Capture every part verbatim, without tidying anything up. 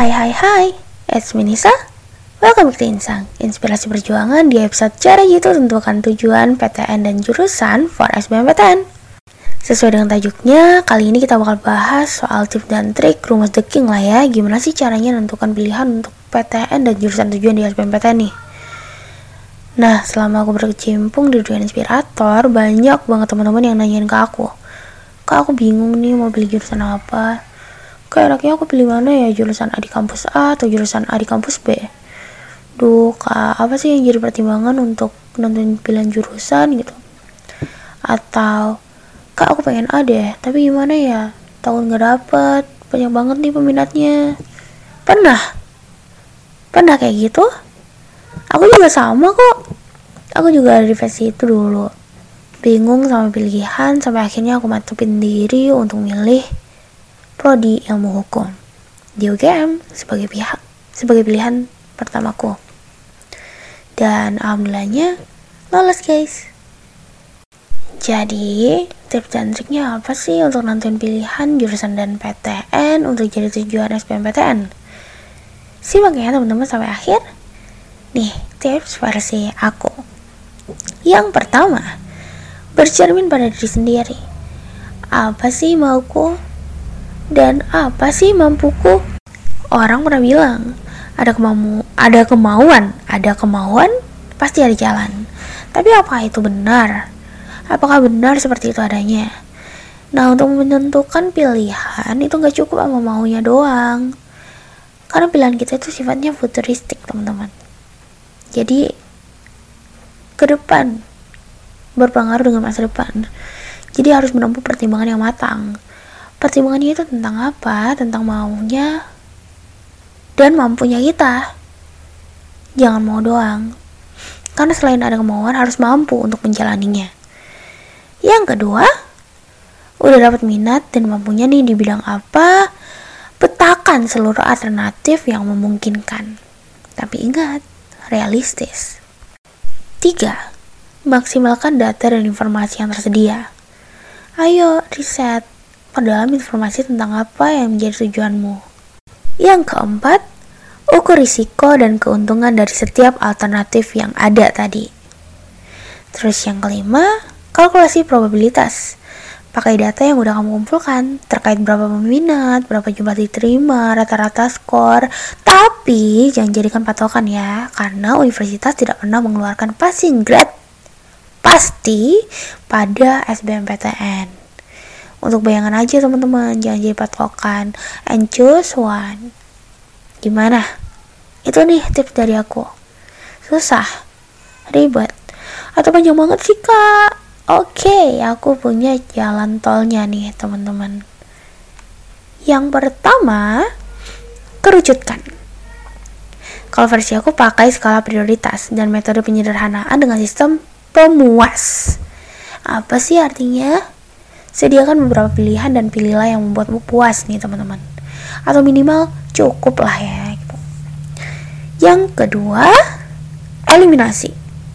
Hai hai hai, it's me Nisa. Welcome back to Insang, inspirasi perjuangan di episode cara gitu tentukan tujuan, P T N dan jurusan for S B M P T N. Sesuai dengan tajuknya, kali ini kita bakal bahas soal tips dan trik rumus the king lah ya. Gimana sih caranya menentukan pilihan untuk P T N dan jurusan tujuan di S B M P T N nih. Nah, selama aku berkecimpung di dunia inspirator, banyak banget teman-teman yang nanyain ke aku. Kak, aku bingung nih mau pilih jurusan apa. Kayak enaknya aku pilih mana ya, jurusan A di kampus A atau jurusan A di kampus B. Duh, Kak, apa sih yang jadi pertimbangan untuk nentuin pilihan jurusan gitu? Atau, Kak, aku pengen A deh, tapi gimana ya? Takut gak dapet, banyak banget nih peminatnya. Pernah? Pernah kayak gitu? Aku juga sama kok. Aku juga ada di fase itu dulu. Bingung sama pilihan, sampai akhirnya aku mantepin diri untuk milih prodi ilmu hukum di U G M sebagai pihak sebagai pilihan pertamaku. Dan alhamdulillahnya lolos guys. Jadi tips dan triknya apa sih untuk nentuin pilihan jurusan dan P T N untuk jadi tujuan S B M P T N? Simak ya teman-teman sampai akhir. Nih tips versi aku. Yang pertama, bercermin pada diri sendiri. Apa sih mauku? Dan apa sih mampuku? Orang pernah bilang, ada kemau ada kemauan, ada kemauan, pasti ada jalan. Tapi apa itu benar? Apakah benar seperti itu adanya? Nah, untuk menentukan pilihan itu gak cukup sama maunya doang. Karena pilihan kita itu sifatnya futuristik, teman-teman. Jadi, ke depan berpengaruh dengan masa depan. Jadi harus menempuh pertimbangan yang matang. Pertimbangannya itu tentang apa? Tentang maunya dan mampunya kita. Jangan mau doang. Karena selain ada kemauan, harus mampu untuk menjalaninya. Yang kedua, udah dapat minat dan mampunya nih di bidang apa? Petakan seluruh alternatif yang memungkinkan. Tapi ingat, realistis. Tiga, maksimalkan data dan informasi yang tersedia. Ayo, riset. Perdalam informasi tentang apa yang menjadi tujuanmu. Yang keempat, ukur risiko dan keuntungan dari setiap alternatif yang ada tadi. Terus yang kelima, kalkulasi probabilitas. Pakai data yang udah kamu kumpulkan terkait berapa peminat, berapa jumlah diterima, rata-rata skor. Tapi jangan jadikan patokan ya, karena universitas tidak pernah mengeluarkan passing grade pasti pada S B M P T N. Untuk bayangan aja teman-teman, jangan jadi patokan. And choose one. Gimana? Itu nih tips dari aku. Susah? Ribet? Atau panjang banget sih kak? Oke, okay, aku punya jalan tolnya nih teman-teman. Yang pertama, kerucutkan. Kalau versi aku pakai skala prioritas dan metode penyederhanaan dengan sistem pemuas. Apa sih artinya? Sediakan beberapa pilihan dan pilihlah yang membuatmu puas nih teman-teman. Atau minimal cukup lah ya gitu. Yang kedua, eliminasi.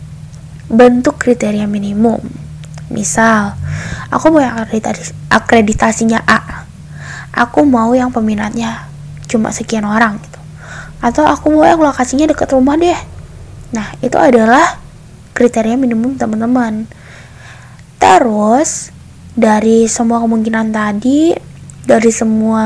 Bentuk kriteria minimum. Misal, aku mau yang akreditasi, akreditasinya A. Aku mau yang peminatnya cuma sekian orang gitu. Atau aku mau yang lokasinya dekat rumah deh. Nah, itu adalah kriteria minimum teman-teman. Terus dari semua kemungkinan tadi, dari semua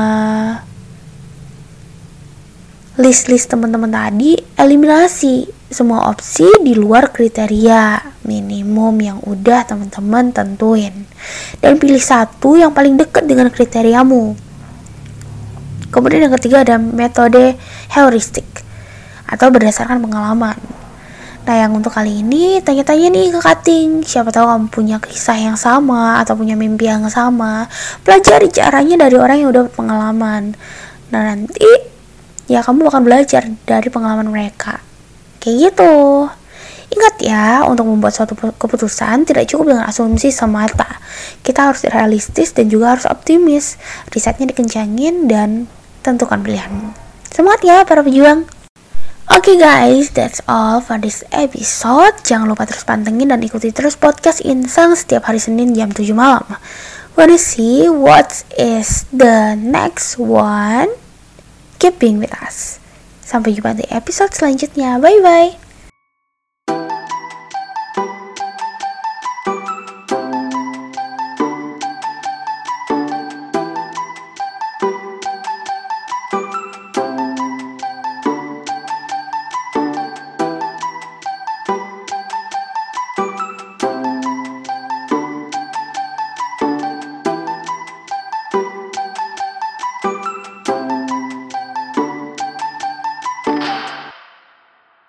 list-list teman-teman tadi, eliminasi semua opsi di luar kriteria minimum yang udah teman-teman tentuin. Dan pilih satu yang paling dekat dengan kriteriamu. Kemudian yang ketiga ada metode heuristik atau berdasarkan pengalaman. Nah, yang untuk kali ini tanya-tanya nih ke cutting. Siapa tahu kamu punya kisah yang sama atau punya mimpi yang sama. Pelajari caranya dari orang yang udah pengalaman. Nah, nanti ya kamu akan belajar dari pengalaman mereka. Kayak gitu. Ingat ya, untuk membuat suatu keputusan tidak cukup dengan asumsi semata. Kita harus realistis dan juga harus optimis. Risetnya dikencangin dan tentukan pilihanmu. Semangat ya para pejuang. Oke okay guys, that's all for this episode. Jangan lupa terus pantengin dan ikuti terus podcast Insang setiap hari Senin jam tujuh malam. Wanna see what is the next one? keep being with us. Sampai jumpa di episode selanjutnya. Bye bye.